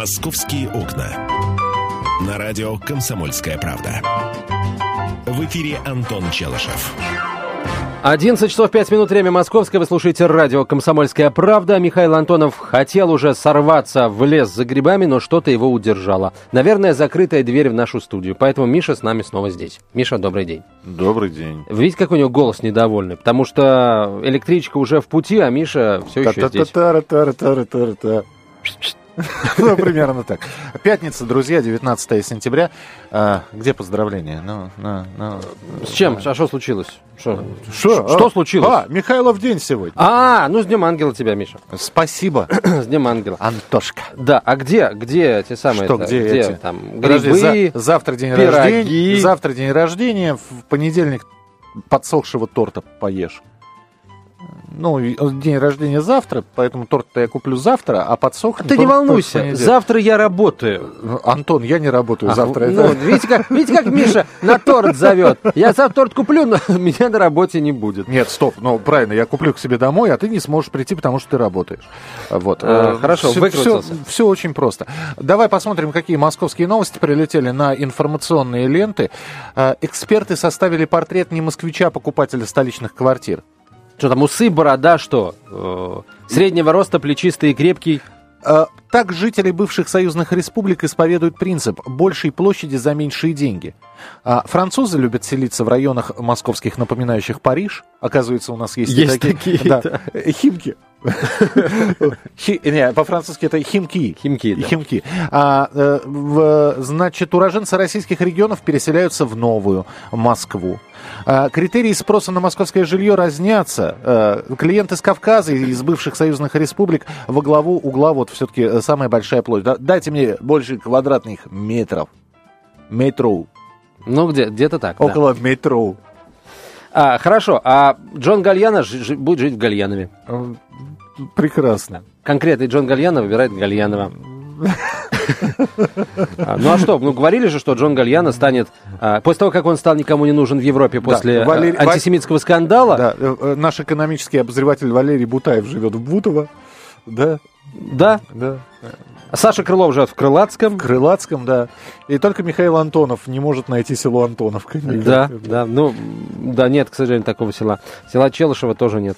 «Московские окна». На радио «Комсомольская правда». В эфире Антон Челышев. 11 часов 5 минут, время московское. Вы слушаете радио «Комсомольская правда». Михаил Антонов хотел уже сорваться в лес за грибами, но что-то его удержало. Наверное, закрытая дверь в нашу студию. Поэтому Миша с нами снова здесь. Миша, добрый день. Добрый день. Вы видите, как у него голос недовольный? Потому что электричка уже в пути, а Миша все еще здесь. Ну, примерно так. Пятница, друзья, 19 сентября. Где поздравления? С чем? А что случилось? Что случилось? Михайлов день сегодня. Ну с Днем Ангела тебя, Миша. Спасибо. С Днем Ангела. Антошка. Да, а где те самые? Что, где эти? Там грибы, завтра день пироги. рождения. Завтра день рождения. В понедельник подсохшего торта поешь. Ну, день рождения завтра, поэтому торт-то я куплю завтра, а подсохнет... Ты не волнуйся, завтра я работаю. Антон, я не работаю завтра. Видите, как Миша на торт зовет. Я завтра торт куплю, но меня на работе не будет. Нет, стоп, правильно, я куплю к себе домой, а ты не сможешь прийти, потому что ты работаешь. Вот. Хорошо, выкрутился. Все очень просто. Давай посмотрим, какие московские новости прилетели на информационные ленты. Эксперты составили портрет не москвича, а покупателя столичных квартир. Что там, усы, борода, что? Среднего роста, плечистый и крепкий? Так жители бывших союзных республик исповедуют принцип большей площади за меньшие деньги. Французы любят селиться в районах московских, напоминающих Париж. Оказывается, у нас есть такие. Да. Химки. По-французски это химки. Химки. Значит, уроженцы российских регионов переселяются в новую Москву. Критерии спроса на московское жилье разнятся. Клиенты с Кавказа и из бывших союзных республик во главу угла вот все-таки самая большая площадь. Дайте мне больше квадратных метров. Метро. Ну, где-то так. Около метро. Хорошо, а Джон Гальяно будет жить в Гальянове. Прекрасно. Конкретный Джон Гальяно выбирает Гальянова. Ну а что? Говорили же, что Джон Гальяно станет... После того, как он стал никому не нужен в Европе после антисемитского скандала... Да, наш экономический обозреватель Валерий Бутаев живет в Бутово. Да. Саша Крылов живет в Крылатском. Да. И только Михаил Антонов не может найти село Антоновка. Да. Нет, к сожалению, такого села. Села Челышева тоже нет.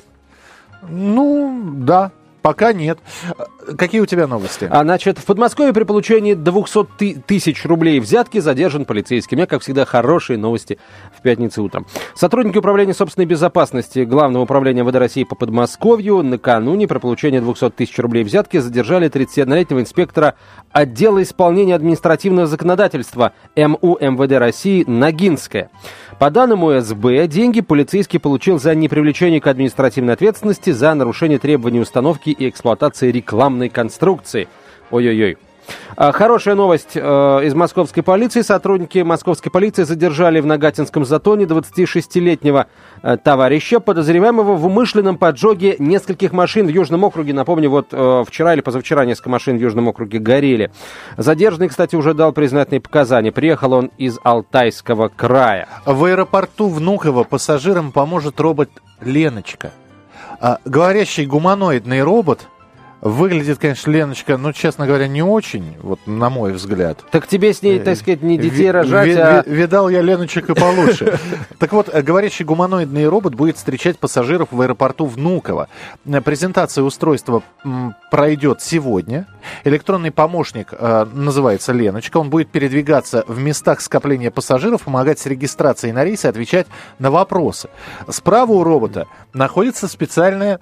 Да. Пока нет. Какие у тебя новости? Значит, в Подмосковье при получении 200 тысяч рублей взятки задержан полицейский. У меня, как всегда, хорошие новости в пятницу утром. Сотрудники Управления собственной безопасности Главного управления МВД России по Подмосковью накануне при получении 200 тысяч рублей взятки задержали 31-летнего инспектора отдела исполнения административного законодательства МУ МВД России Ногинское. По данным УСБ, деньги полицейский получил за непривлечение к административной ответственности за нарушение требований установки и эксплуатации рекламной конструкции. Ой-ой-ой. Хорошая новость из московской полиции. Сотрудники московской полиции задержали в Нагатинском затоне 26-летнего товарища, подозреваемого в умышленном поджоге нескольких машин в Южном округе. Напомню, вчера или позавчера несколько машин в Южном округе горели. Задержанный, кстати, уже дал признательные показания. Приехал он из Алтайского края. В аэропорту Внуково пассажирам поможет робот Леночка. Говорящий гуманоидный робот. Выглядит, конечно, Леночка, честно говоря, не очень, на мой взгляд. Так тебе с ней, так сказать, не детей рожать, Видал я Леночек и получше. Так вот, говорящий гуманоидный робот будет встречать пассажиров в аэропорту Внуково. Презентация устройства пройдет сегодня. Электронный помощник называется Леночка. Он будет передвигаться в местах скопления пассажиров, помогать с регистрацией на рейсы и отвечать на вопросы. Справа у робота находится специальная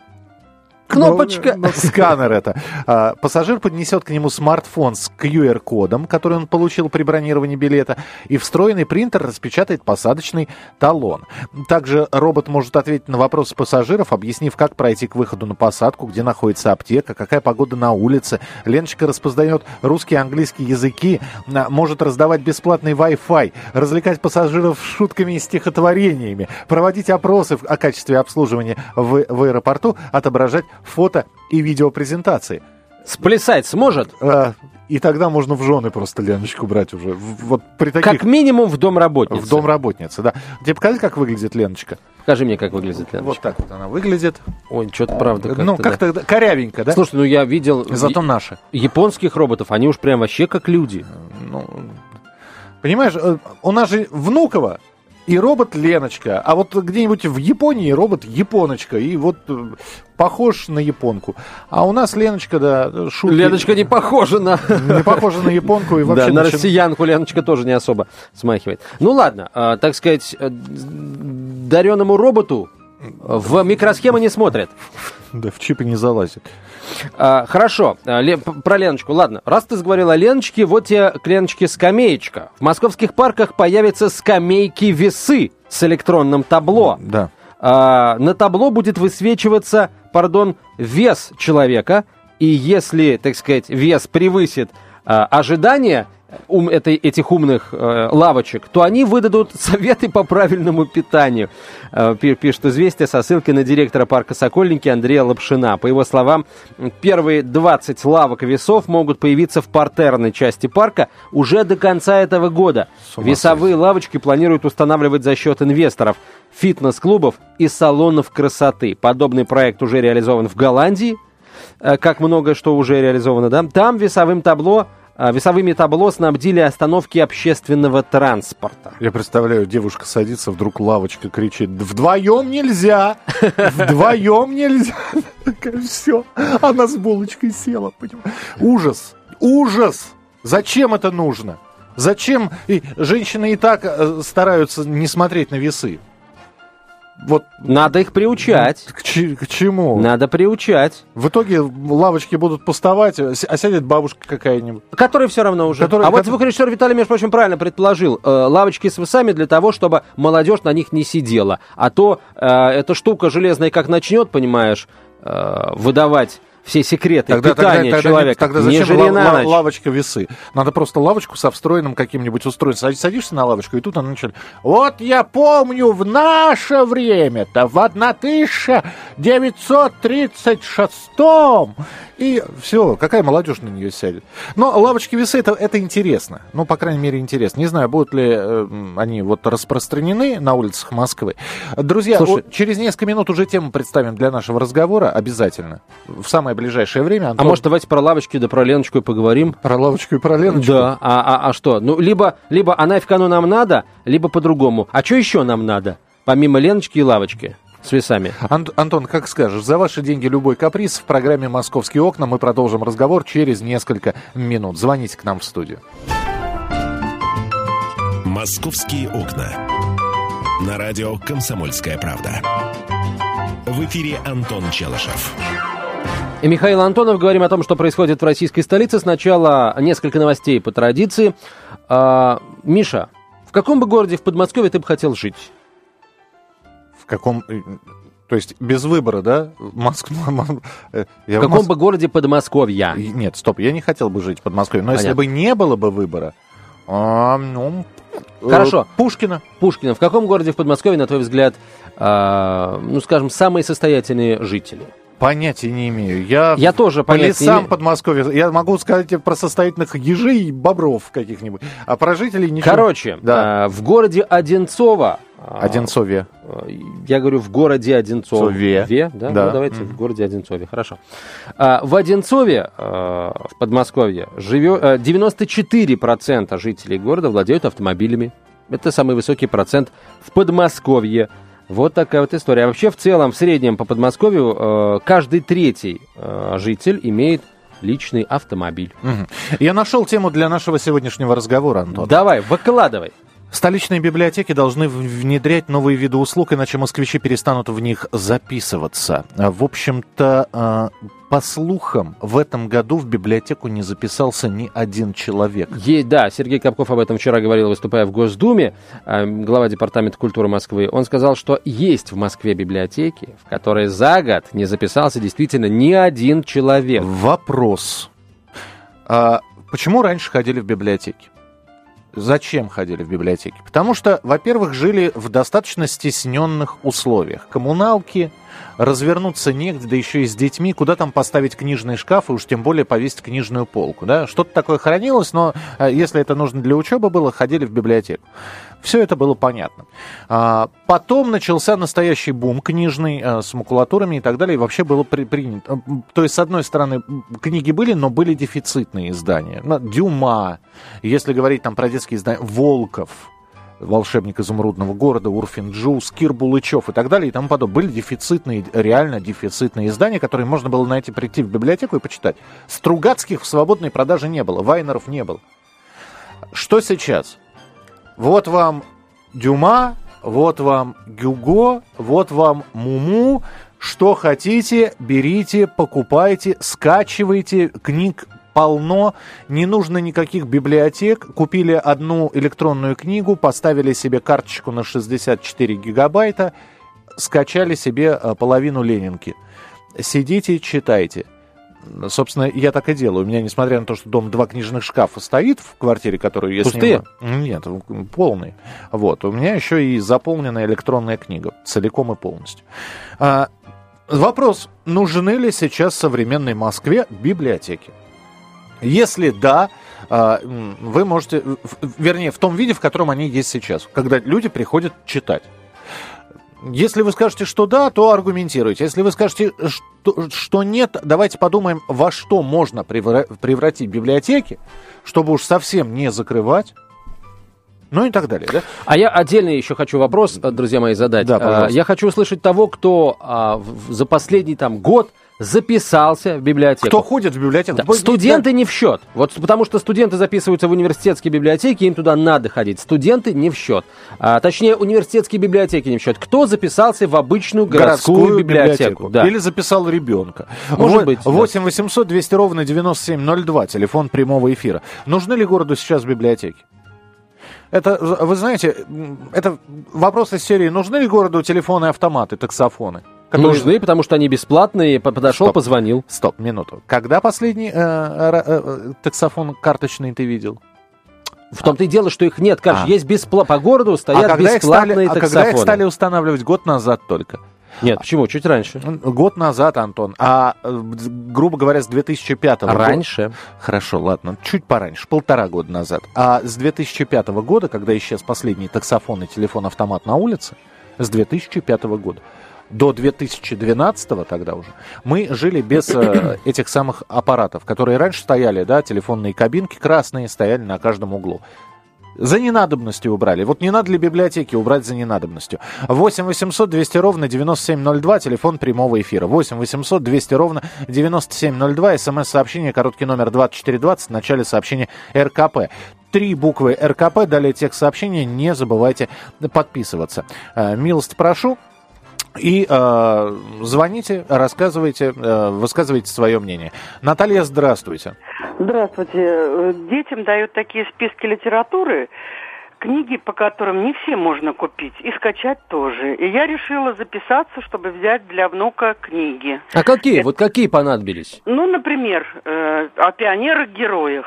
кнопочка. Сканер это. Пассажир поднесет к нему смартфон с QR-кодом, который он получил при бронировании билета, и встроенный принтер распечатает посадочный талон. Также робот может ответить на вопросы пассажиров, объяснив, как пройти к выходу на посадку, где находится аптека, какая погода на улице. Леночка распознает русский и английский языки, может раздавать бесплатный Wi-Fi, развлекать пассажиров шутками и стихотворениями, проводить опросы о качестве обслуживания в аэропорту, отображать фото и видеопрезентации. Сплясать сможет? И тогда можно в жены просто Леночку брать уже. При таких... Как минимум в домработнице. В домработнице, да. Тебе показать, как выглядит Леночка? Покажи мне, как выглядит леночка. Вот так вот она выглядит. Ой, что-то правда как-то. Ну, как-то корявенько, да? Слушай, ну я видел Зато наши. японских роботов, они уж прям вообще как люди. Ну, понимаешь, у нас же Внуково и робот Леночка, а вот где-нибудь в Японии робот Японочка, и вот похож на японку. А у нас Леночка, да, шутки... Леночка не похожа на... Не похожа на японку и вообще... Да, на россиянку Леночка тоже не особо смахивает. Ну ладно, так сказать, дареному роботу в микросхемы не смотрят. Да, в чипы не залазит. Хорошо, про Леночку. Ладно, раз ты заговорил о Леночке, вот тебе к Леночке скамеечка. В московских парках появятся скамейки-весы с электронным табло. Да. На табло будет высвечиваться, вес человека, и если, так сказать, вес превысит ожидания этих умных лавочек, то они выдадут советы по правильному питанию. Пишет «Известия» со ссылкой на директора парка «Сокольники» Андрея Лапшина. По его словам, первые 20 лавок весов могут появиться в партерной части парка уже до конца этого года. Весовые лавочки планируют устанавливать за счет инвесторов, фитнес-клубов и салонов красоты. Подобный проект уже реализован в Голландии, как много что уже реализовано, да? Там весовыми табло снабдили остановки общественного транспорта. Я представляю, девушка садится, вдруг лавочка кричит: «Вдвоем нельзя! Вдвоем нельзя!» Все, она с булочкой села. Ужас! Ужас! Зачем это нужно? Зачем? И женщины и так стараются не смотреть на весы. Вот. Надо их приучать. К чему? Надо приучать. В итоге лавочки будут пустовать, а сядет бабушка какая-нибудь. Которая все равно уже. Вот звукорежиссер Виталий, между прочим, правильно предположил. Лавочки с весами для того, чтобы молодежь на них не сидела. А то эта штука железная как начнет, понимаешь, выдавать все секреты питания человека. Тогда зачем лавочка-весы? Надо просто лавочку со встроенным каким-нибудь устройством. Садишься на лавочку, и тут она начинает: «Вот я помню, в наше время-то, в 1936-м». И все, какая молодежь на нее сядет? Но лавочки-весы это интересно. Ну, по крайней мере, интересно. Не знаю, будут ли они вот распространены на улицах Москвы. Друзья, через несколько минут уже тему представим для нашего разговора. Обязательно. В самое ближайшее время. Антон... А может, давайте про лавочки да про Леночку и поговорим? Про лавочку и про Леночку? Да. А что? Ну, либо а нафиг оно нам надо, либо по-другому. А что еще нам надо, помимо Леночки и лавочки с весами? Антон, как скажешь, за ваши деньги любой каприз. В программе «Московские окна» мы продолжим разговор через несколько минут. Звоните к нам в студию. «Московские окна». На радио «Комсомольская правда». В эфире Антон Челышев. И Михаил Антонов. Говорим о том, что происходит в российской столице. Сначала несколько новостей по традиции. Миша, в каком бы городе в Подмосковье ты бы хотел жить? В каком... То есть без выбора, да? В каком бы городе Подмосковья? Нет, стоп, я не хотел бы жить в Подмосковье. Но если бы не было бы выбора... Хорошо. Пушкино. В каком городе в Подмосковье, на твой взгляд, самые состоятельные жители? Понятия не имею. Я тоже понятия не имею. По лесам Подмосковья. Я могу сказать про состоятельных ежей и бобров каких-нибудь. А про жителей ничего. Короче, да. В городе Одинцово. Одинцове. Я говорю, в городе Одинцове. Да? Ну, давайте в городе Одинцове. Хорошо. В Одинцове, в Подмосковье, живет 94% жителей города владеют автомобилями. Это самый высокий процент в Подмосковье. Вот такая вот история. А вообще, в целом, в среднем по Подмосковью каждый третий житель имеет личный автомобиль. Я нашел тему для нашего сегодняшнего разговора, Антон. Давай, выкладывай. Столичные библиотеки должны внедрять новые виды услуг, иначе москвичи перестанут в них записываться. В общем-то, по слухам, в этом году в библиотеку не записался ни один человек. Да, Сергей Капков об этом вчера говорил, выступая в Госдуме, глава Департамента культуры Москвы. Он сказал, что есть в Москве библиотеки, в которые за год не записался действительно ни один человек. Вопрос. Почему раньше ходили в библиотеки? Зачем ходили в библиотеки? Потому что, во-первых, жили в достаточно стесненных условиях. Коммуналки, развернуться негде, да еще и с детьми, куда там поставить книжный шкаф, и уж тем более повесить книжную полку, да? Что-то такое хранилось, но если это нужно для учебы было, ходили в библиотеку. Все это было понятно. Потом начался настоящий бум книжный с макулатурами и так далее, и вообще было принято. То есть, с одной стороны, книги были, но были дефицитные издания. Дюма, если говорить там про детские издания, Волков, «Волшебник изумрудного города», Урфин Джюс, Кир Булычев и так далее и тому подобное. Были дефицитные, реально дефицитные издания, которые можно было найти, прийти в библиотеку и почитать. Стругацких в свободной продаже не было, Вайнеров не было. Что сейчас? Вот вам Дюма, вот вам Гюго, вот вам Муму. Что хотите, берите, покупайте, скачивайте. Книг полно, не нужно никаких библиотек. Купили одну электронную книгу, поставили себе карточку на 64 гигабайта, скачали себе половину Ленинки. Сидите, читайте. Собственно, я так и делаю. У меня, несмотря на то, что дома 2 книжных шкафа стоит в квартире, которую я Пустые? снимаю. Нет, полный. Вот. У меня еще и заполненная электронная книга. Целиком и полностью. Вопрос, нужны ли сейчас в современной Москве библиотеки? Если да, вы можете... Вернее, в том виде, в котором они есть сейчас. Когда люди приходят читать. Если вы скажете, что да, то аргументируйте. Если вы скажете, что нет, давайте подумаем, во что можно превратить библиотеки, чтобы уж совсем не закрывать. Ну и так далее, да? А я отдельно еще хочу вопрос, друзья мои, задать. Да, я хочу услышать того, кто за последний год записался в библиотеку. Кто ходит в библиотеку? Да. Студенты не в счет. Вот потому что студенты записываются в университетские библиотеки, им туда надо ходить. Студенты не в счет. Точнее, университетские библиотеки не в счет. Кто записался в обычную городскую библиотеку? Да. Или записал ребенка. Может быть. 8 800 200 ровно 9702, телефон прямого эфира. Нужны ли городу сейчас библиотеки? Это, вы знаете, это вопрос из серии, нужны ли городу телефоны-автоматы, таксофоны? Нужны, потому что они бесплатные. Подошел, позвонил. Стоп, минуту. Когда последний таксофон карточный ты видел? В том-то и дело, что их нет. Есть по городу стоят бесплатные таксофоны. Когда их стали устанавливать? Год назад только. Нет, почему? Чуть раньше. Год назад, Антон. Грубо говоря, с 2005 года. Раньше. Хорошо, ладно. Чуть пораньше, 1,5 года назад. А с 2005 года, когда исчез последний таксофон и телефон-автомат на улице, с 2005 года до 2012 тогда уже, мы жили без этих самых аппаратов, которые раньше стояли, да, телефонные кабинки красные стояли на каждом углу. За ненадобностью убрали. Вот не надо ли библиотеки убрать за ненадобностью? 8 800 200 ровно 9702, телефон прямого эфира. 8 800 200 ровно 9702, смс-сообщение, короткий номер 2420, в начале сообщения РКП. 3 буквы РКП, далее текст сообщения, не забывайте подписываться. Милость прошу. И звоните, рассказывайте, высказывайте свое мнение. Наталья, здравствуйте. Здравствуйте. Детям дают такие списки литературы, книги, по которым не все можно купить, и скачать тоже. И я решила записаться, чтобы взять для внука книги. А какие? Вот какие понадобились? Ну, например, о пионерах-героях.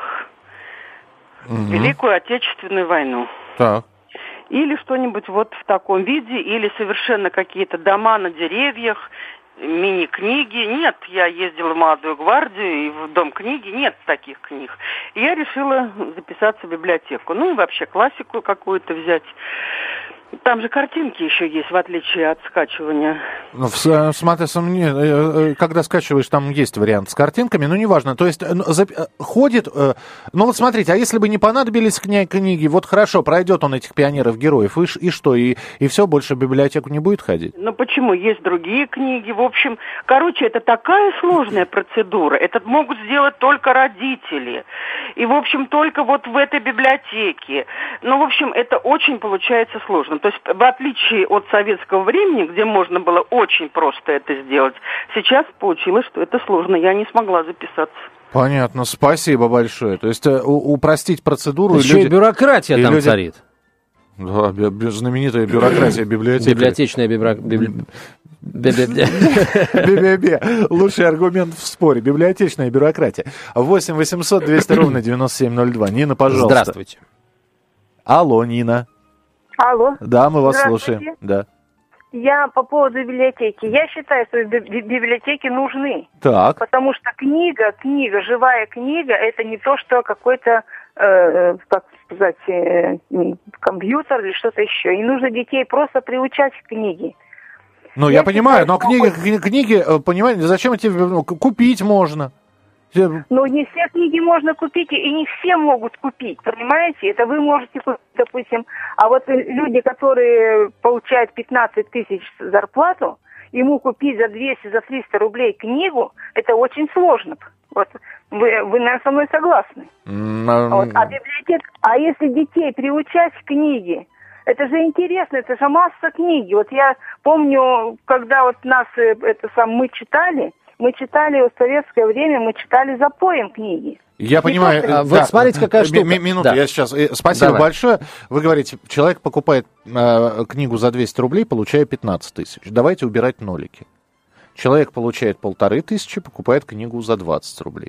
Великую Отечественную войну. Так. Или что-нибудь вот в таком виде, или совершенно какие-то дома на деревьях, мини-книги. Нет, я ездила в Молодую гвардию и в Дом книги, нет таких книг. И я решила записаться в библиотеку. Ну и вообще классику какую-то взять. Там же картинки еще есть, в отличие от скачивания. Ну, смотри, когда скачиваешь, там есть вариант с картинками, но неважно. То есть ходит... Ну вот смотрите, а если бы не понадобились книги, вот хорошо, пройдет он этих пионеров-героев, и что? И все, больше в библиотеку не будет ходить? Ну почему? Есть другие книги. В общем, это такая сложная процедура. Это могут сделать только родители. И, в общем, только вот в этой библиотеке. Ну, в общем, это очень получается сложно. То есть, в отличие от советского времени, где можно было очень просто это сделать, сейчас получилось, что это сложно. Я не смогла записаться. Понятно, спасибо большое. То есть, упростить процедуру... Еще и бюрократия там царит. Да, знаменитая бюрократия библиотеки. Библиотечная Лучший аргумент в споре. Библиотечная бюрократия. 8 800 200 ровно 9702. Нина, пожалуйста. Здравствуйте. Алло, Нина. Алло. Да, мы вас слушаем. Да. я по поводу библиотеки. Я считаю, что библиотеки нужны. Так. Потому что книга, живая книга, это не то, что какой-то, как сказать, компьютер или что-то еще. И нужно детей просто приучать к книге. Ну, я понимаю, но книги, понимаете, зачем эти купить можно? Ну, не все книги можно купить, и не все могут купить, понимаете? Это вы можете купить, допустим, а вот люди, которые получают 15 тысяч зарплату, ему купить за 200, за 300 рублей книгу, это очень сложно. Вот вы наверное, со мной согласны. Вот. А если детей приучать к книге, это же интересно, это же масса книги. Вот я помню, когда вот нас мы читали в советское время, мы читали запоем книги. Я понимаю. Вы смотрите, какая штука. Минуту, да. Я сейчас. Спасибо большое. Вы говорите, человек покупает книгу за 200 рублей, получая 15 тысяч. Давайте убирать нолики. Человек получает 1500, покупает книгу за 20 рублей.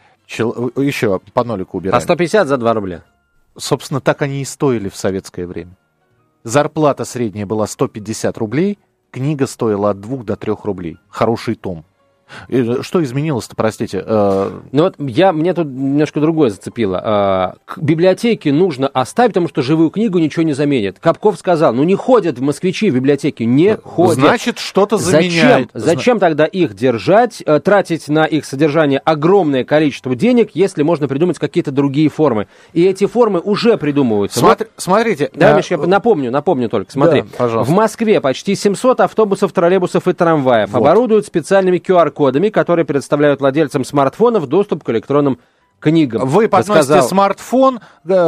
Еще по нолику убираем. А 150 за 2 рубля? Собственно, так они и стоили в советское время. Зарплата средняя была 150 рублей, книга стоила от 2 до 3 рублей. Хороший том. И что изменилось-то, простите? Ну вот мне тут немножко другое зацепило. К библиотеке нужно оставить, потому что живую книгу ничего не заменит. Капков сказал, не ходят москвичи в библиотеки, не ходят. Значит, что-то заменяет. Зачем тогда их держать, тратить на их содержание огромное количество денег, если можно придумать какие-то другие формы? И эти формы уже придумываются. Смотрите. Да, Миш, я напомню только. Смотри, да, пожалуйста. В Москве почти 700 автобусов, троллейбусов и трамваев оборудуют специальными QR-кодами, которые предоставляют владельцам смартфонов доступ к электронным книгам. Вы подносите смартфон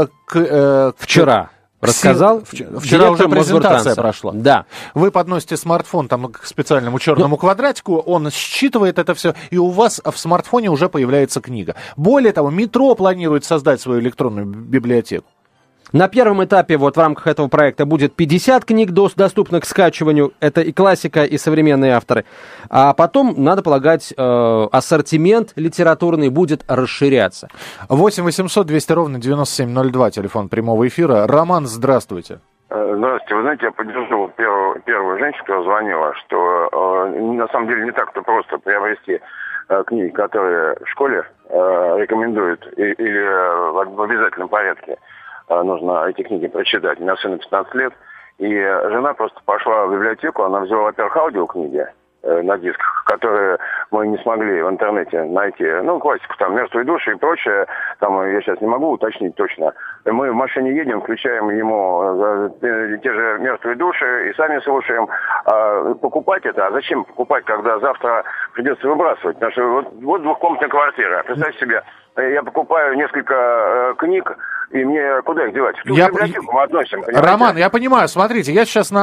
вчера. Рассказал? Вчера уже презентация прошла. Да. Вы подносите смартфон к специальному черному квадратику, он считывает это все, и у вас в смартфоне уже появляется книга. Более того, метро планирует создать свою электронную библиотеку. На первом этапе в рамках этого проекта будет 50 книг доступных к скачиванию. Это и классика, и современные авторы. А потом, надо полагать, ассортимент литературный будет расширяться. 8 800 200 ровно 9702, телефон прямого эфира. Роман, здравствуйте. Здравствуйте. Вы знаете, я поддержу первую женщину, которая звонила, что на самом деле не так-то просто приобрести книги, которые в школе рекомендуют или в обязательном порядке. Нужно эти книги прочитать. У меня сыну 15 лет, и жена просто пошла в библиотеку, она взяла, во-первых, аудиокниги на дисках, которые мы не смогли в интернете найти. Классику, там, «Мертвые души» и прочее, там, я сейчас не могу уточнить точно. Мы в машине едем, включаем ему те же «Мертвые души» и сами слушаем. Покупать это, а зачем покупать, когда завтра придется выбрасывать? Потому что вот двухкомнатная квартира, представьте себе, я покупаю несколько книг, и мне куда их девать? В ту библиотеку мы относим, понимаете? Роман, я понимаю, смотрите, я сейчас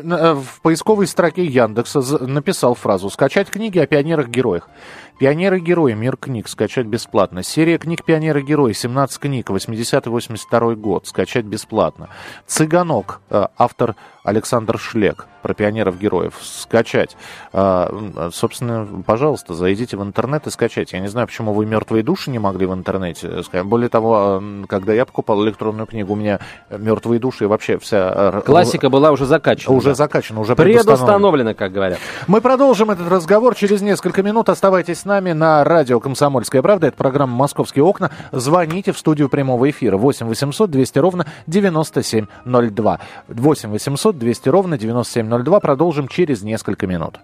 в поисковой строке Яндекса написал фразу «Скачать книги о пионерах-героях». «Пионеры-герои. Мир книг. Скачать бесплатно». Серия книг «Пионеры-герои». 17 книг. 80-82 год. Скачать бесплатно. «Цыганок». Автор Александр Шлек. Про пионеров-героев. Скачать. Собственно, пожалуйста, зайдите в интернет и скачайте. Я не знаю, почему вы «Мертвые души» не могли в интернете. Более того, когда я покупал электронную книгу, у меня «Мертвые души» и вообще вся... Классика была уже закачана. Уже закачана, уже предустановлена, как говорят. Мы продолжим этот разговор через несколько минут. Оставайтесь с нами на радио «Комсомольская правда». Это программа «Московские окна». Звоните в студию прямого эфира. 8 800 200 ровно 9702. 8 800 200 ровно 9702. Продолжим через несколько минут.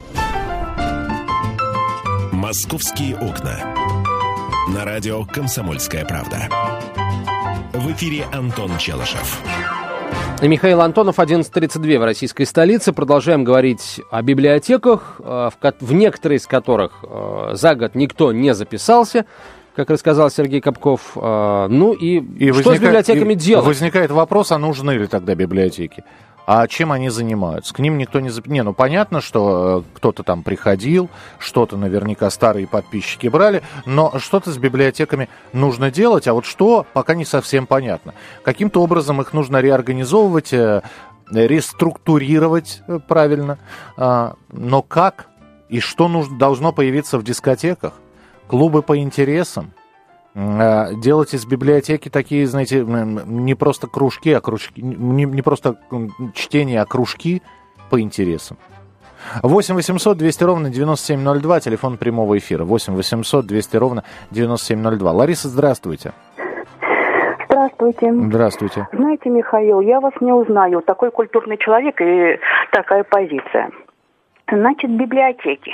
«Московские окна». На радио «Комсомольская правда». В эфире Антон Челышев. Михаил Антонов, 11:32 в российской столице. Продолжаем говорить о библиотеках, в некоторые из которых за год никто не записался, как рассказал Сергей Капков. И что с библиотеками делать? Возникает вопрос, а нужны ли тогда библиотеки? А чем они занимаются? К ним никто не записался. Понятно, что кто-то там приходил, что-то наверняка старые подписчики брали, но что-то с библиотеками нужно делать, а вот что, пока не совсем понятно. Каким-то образом их нужно реорганизовывать, реструктурировать правильно. Но как и что должно появиться в дискотеках? Клубы по интересам? Делать из библиотеки такие, знаете, не просто кружки, не просто чтение, а кружки по интересам. 8 800 200 ровно 9702, телефон прямого эфира. 8 800 200 ровно 9702. Лариса, здравствуйте. Здравствуйте. Здравствуйте. Знаете, Михаил, я вас не узнаю. Такой культурный человек и такая позиция. Значит, библиотеки.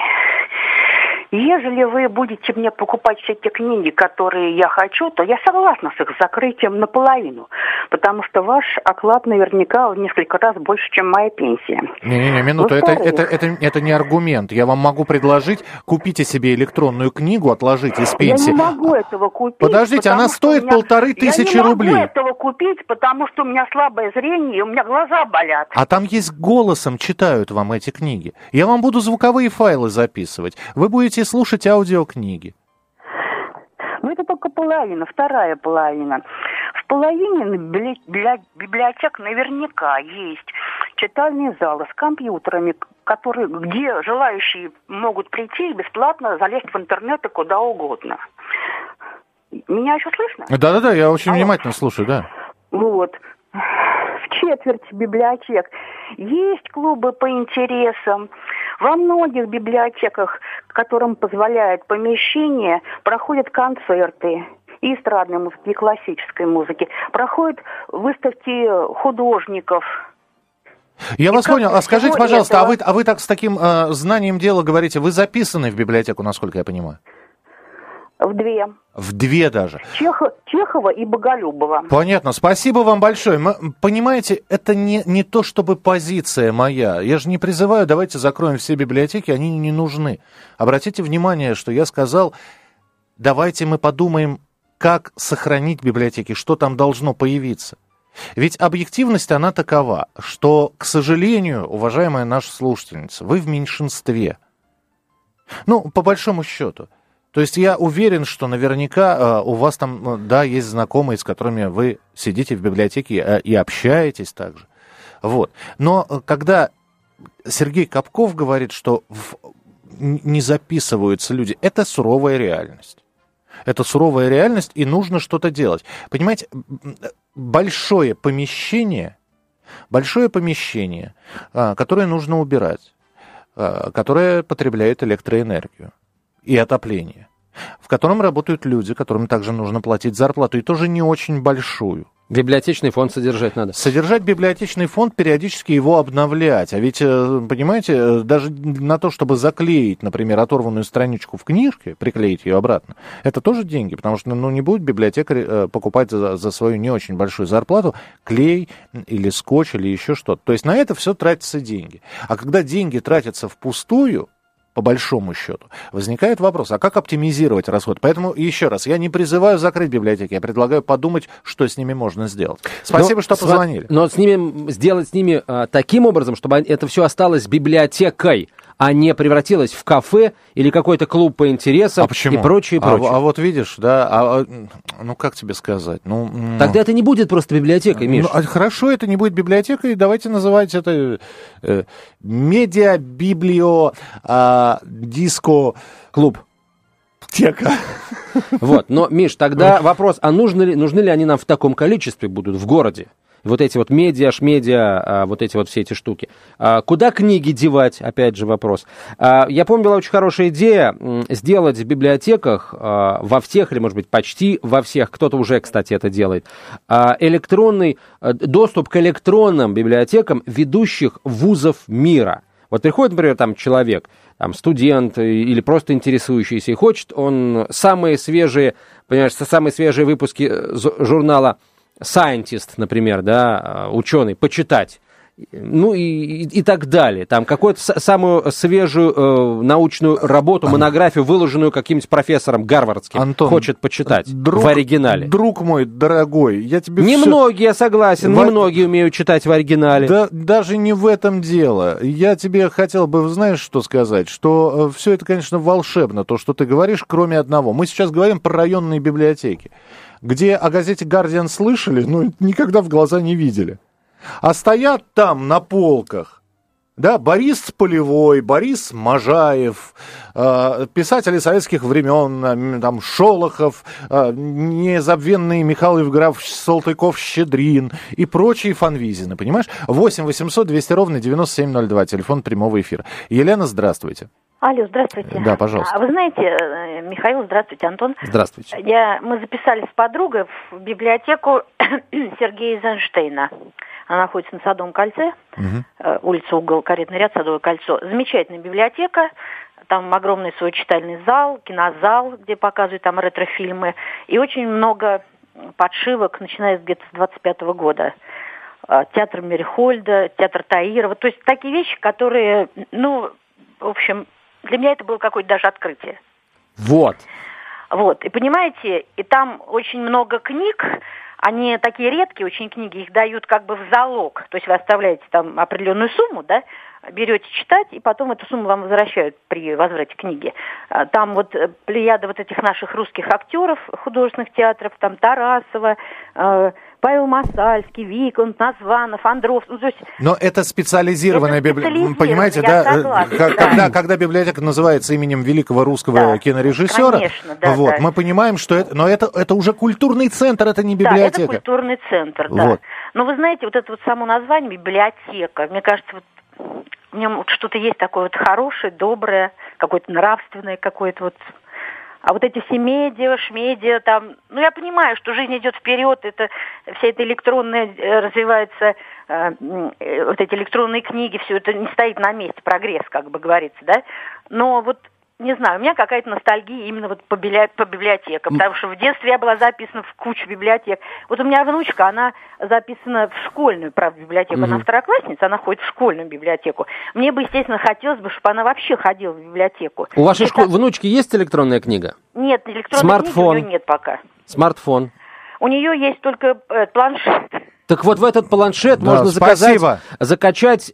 Ежели вы будете мне покупать все те книги, которые я хочу, то я согласна с их закрытием наполовину. Потому что ваш оклад наверняка в несколько раз больше, чем моя пенсия. Не-не-не, минуту, это не аргумент. Я вам могу предложить, купите себе электронную книгу, отложите из пенсии. Я не могу этого купить. Подождите, она стоит 1500 рублей. Я не могу этого купить, потому что у меня слабое зрение, и у меня глаза болят. А там есть голосом читают вам эти книги. Я вам буду звуковые файлы записывать. Вы будете слушать аудиокниги. Ну, это только половина, вторая половина. В половине библиотек наверняка есть читальные залы с компьютерами, где желающие могут прийти и бесплатно залезть в интернет и куда угодно. Меня еще слышно? Да-да-да, я очень внимательно слушаю, да. Вот. В четверти библиотек есть клубы по интересам. Во многих библиотеках, которым позволяет помещение, проходят концерты и эстрадной музыки, и классической музыки. Проходят выставки художников. Я вас понял. А скажите, пожалуйста, а вы так с таким знанием дела говорите, вы записаны в библиотеку, насколько я понимаю? В две. В две даже. Чехова и Боголюбова. Понятно. Спасибо вам большое. Понимаете, это не то, чтобы позиция моя. Я же не призываю, давайте закроем все библиотеки, они не нужны. Обратите внимание, что я сказал, давайте мы подумаем, как сохранить библиотеки, что там должно появиться. Ведь объективность, она такова, что, к сожалению, уважаемая наша слушательница, вы в меньшинстве. Ну, по большому счету. То есть я уверен, что наверняка у вас там, да, есть знакомые, с которыми вы сидите в библиотеке и общаетесь также. Вот. Но когда Сергей Капков говорит, что не записываются люди, это суровая реальность. Это суровая реальность, и нужно что-то делать. Понимаете, большое помещение, которое нужно убирать, которое потребляет электроэнергию и отопление, в котором работают люди, которым также нужно платить зарплату, и тоже не очень большую. Библиотечный фонд содержать надо. Содержать библиотечный фонд, периодически его обновлять. А ведь, понимаете, даже на то, чтобы заклеить, например, оторванную страничку в книжке, приклеить ее обратно, это тоже деньги, потому что не будет библиотекарь покупать за свою не очень большую зарплату клей или скотч или еще что-то. То есть на это все тратятся деньги. А когда деньги тратятся впустую, по большому счету, возникает вопрос, а как оптимизировать расход? Поэтому, еще раз, я не призываю закрыть библиотеки, я предлагаю подумать, что с ними можно сделать. Спасибо, что позвонили. Но сделать с ними таким образом, чтобы это все осталось библиотекой, а не превратилось в кафе или какой-то клуб по интересам и прочее. А вот видишь, да, ну как тебе сказать? Тогда это не будет просто библиотекой, Миш. Хорошо, это не будет библиотекой, давайте называть это медиа-библио... диско... Клуб. Тека. Вот, но, Миш, тогда вопрос, а нужны ли они нам в таком количестве будут в городе? Вот эти вот медиа, вот эти вот все эти штуки. Куда книги девать? Опять же вопрос. Я помню, была очень хорошая идея сделать в библиотеках, во всех, или, может быть, почти во всех, кто-то уже, кстати, это делает, электронный доступ к электронным библиотекам ведущих вузов мира. Вот приходит, например, там человек, там, студент или просто интересующийся, и хочет он самые свежие выпуски журнала Scientist, например, да, ученый, почитать. Ну и так далее. Там какую-то самую свежую научную работу, монографию, выложенную каким-нибудь профессором гарвардским, Антон, хочет почитать в оригинале. Друг мой дорогой, я тебе Немногие, я согласен, немногие умеют читать в оригинале. Да, даже не в этом дело. Я тебе хотел бы, знаешь, что сказать? Что все это, конечно, волшебно, то, что ты говоришь, кроме одного. Мы сейчас говорим про районные библиотеки, где о газете «Гардиан» слышали, но никогда в глаза не видели. А стоят там на полках Да, Борис Полевой, Борис Можаев, писатели советских времен, там, Шолохов, незабвенный Михаил Евграфович Салтыков-Щедрин и прочие фанвизины, понимаешь? 8 800 200 ровно 9702, телефон прямого эфира. Елена, здравствуйте. Алло, здравствуйте. Да, пожалуйста. Вы знаете, Михаил, здравствуйте, Антон. Здравствуйте. Мы записались с подругой в библиотеку Сергея Эйзенштейна. Она находится на Садовом кольце, улица Угол, Каретный ряд, Садовое кольцо. Замечательная библиотека, там огромный свой читальный зал, кинозал, где показывают там ретро-фильмы, и очень много подшивок, начиная где-то с 25-го года. Театр Мерихольда, театр Таирова, то есть такие вещи, которые, в общем, для меня это было какое-то даже открытие. Вот, и понимаете, и там очень много книг, они такие редкие очень книги, их дают как бы в залог. То есть вы оставляете там определенную сумму, да, берете читать, и потом эту сумму вам возвращают при возврате книги. Там вот плеяда вот этих наших русских актеров художественных театров, там Тарасова, Павел Масальский, Виконт, Названов, Андров. То есть но это специализированная библиотека, понимаете, да? Согласна, когда библиотека называется именем великого русского кинорежиссера, конечно, да. Мы понимаем, что это уже культурный центр, это не библиотека. Да, это культурный центр, да. Вот. Но вы знаете, вот это вот само название библиотека, мне кажется, вот в нем вот что-то есть такое вот хорошее, доброе, какое-то нравственное, какое-то вот. А вот эти все медиа, шмедиа, там, я понимаю, что жизнь идет вперед, вся эта электронная развивается, вот эти электронные книги, все это не стоит на месте, прогресс, как бы говорится, да. Но вот не знаю, у меня какая-то ностальгия именно вот по библиотекам, потому что в детстве я была записана в кучу библиотек. Вот у меня внучка, она записана в школьную, правда, библиотеку. Она второклассница, она ходит в школьную библиотеку. Мне бы, естественно, хотелось бы, чтобы она вообще ходила в библиотеку. У вашей внучки есть электронная книга? Нет, электронной книги у нее нет пока. Смартфон? У нее есть только планшет. Так вот в этот планшет можно закачать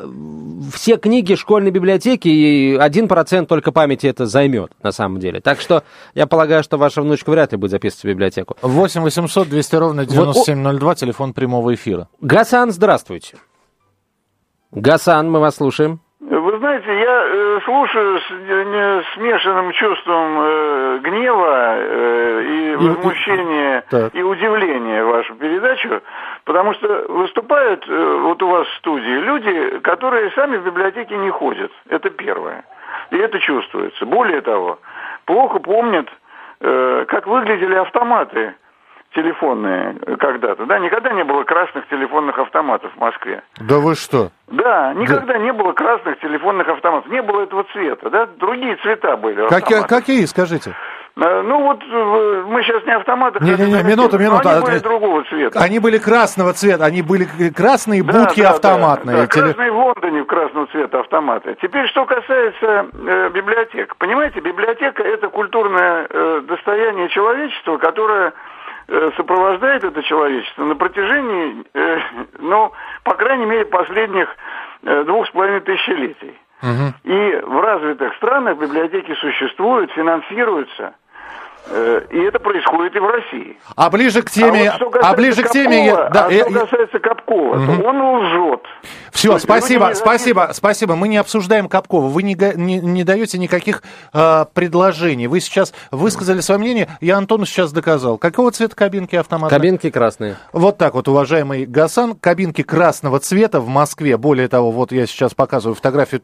все книги школьной библиотеки, и 1% только памяти это займет, на самом деле. Так что я полагаю, что ваша внучка вряд ли будет записываться в библиотеку. 8 800 200 ровно 9702, телефон прямого эфира. Гасан, здравствуйте. Гасан, мы вас слушаем. Вы знаете, я слушаю с смешанным чувством гнева и возмущения и удивления вашу передачу, потому что выступают вот у вас в студии люди, которые сами в библиотеке не ходят. Это первое. И это чувствуется. Более того, плохо помнят, как выглядели автоматы телефонные когда-то, да, никогда не было красных телефонных автоматов в Москве. Да вы что? Да, никогда не было красных телефонных автоматов, не было этого цвета, да, другие цвета были. Какие, скажите? Ну вот мы сейчас не автоматы. Минуту. Они были другого цвета. Они были красного цвета, они были красные будки автоматные. Да, красные в Лондоне красного цвета автоматы. Теперь, что касается библиотек. Понимаете, библиотека — это куртурное достояние человечества, которое сопровождает это человечество на протяжении, по крайней мере, последних 2,5 тысячелетий. И в развитых странах библиотеки существуют, финансируются. И это происходит и в России. А ближе к теме... Что касается Капкова, то он лжет. Все, спасибо. Мы не обсуждаем Капкова. Вы не даете никаких предложений. Вы сейчас высказали свое мнение. Я Антону сейчас доказал. Какого цвета кабинки автомата? Кабинки красные. Вот так вот, уважаемый Гасан. Кабинки красного цвета в Москве. Более того, вот я сейчас показываю фотографию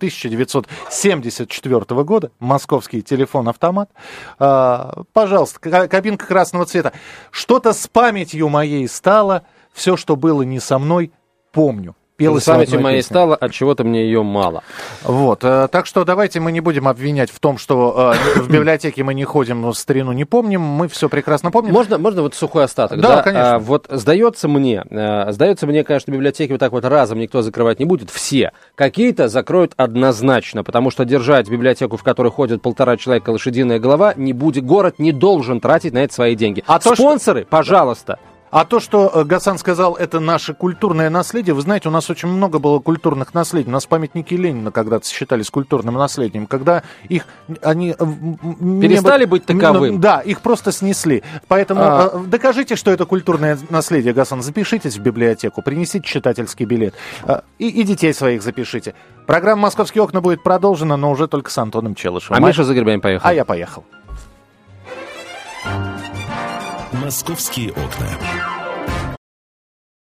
1974 года. Московский телефон-автомат. Пожалуйста, кабинка красного цвета. Что-то с памятью моей стало. Все, что было не со мной, помню. С памятью моей стало, от чего-то мне ее мало. Вот, так что давайте мы не будем обвинять в том, что в библиотеке мы не ходим, старину не помним, мы все прекрасно помним. Можно вот сухой остаток? Да, конечно. Вот сдается мне, конечно, библиотеки вот так вот разом никто закрывать не будет, все. Какие-то закроют однозначно, потому что держать библиотеку, в которой ходят 1,5 человека, лошадиная голова, не будет, город не должен тратить на это свои деньги. Спонсоры, пожалуйста. А то, что Гасан сказал, это наше культурное наследие, вы знаете, у нас очень много было культурных наследий. У нас памятники Ленина когда-то считались культурным наследием. Когда они... Перестали быть таковым. Да, их просто снесли. Поэтому докажите, что это культурное наследие, Гасан. Запишитесь в библиотеку, принесите читательский билет. И детей своих запишите. Программа «Московские окна» будет продолжена, но уже только с Антоном Челышевым. А Миша Загребян поехал. А я поехал. «Московские окна».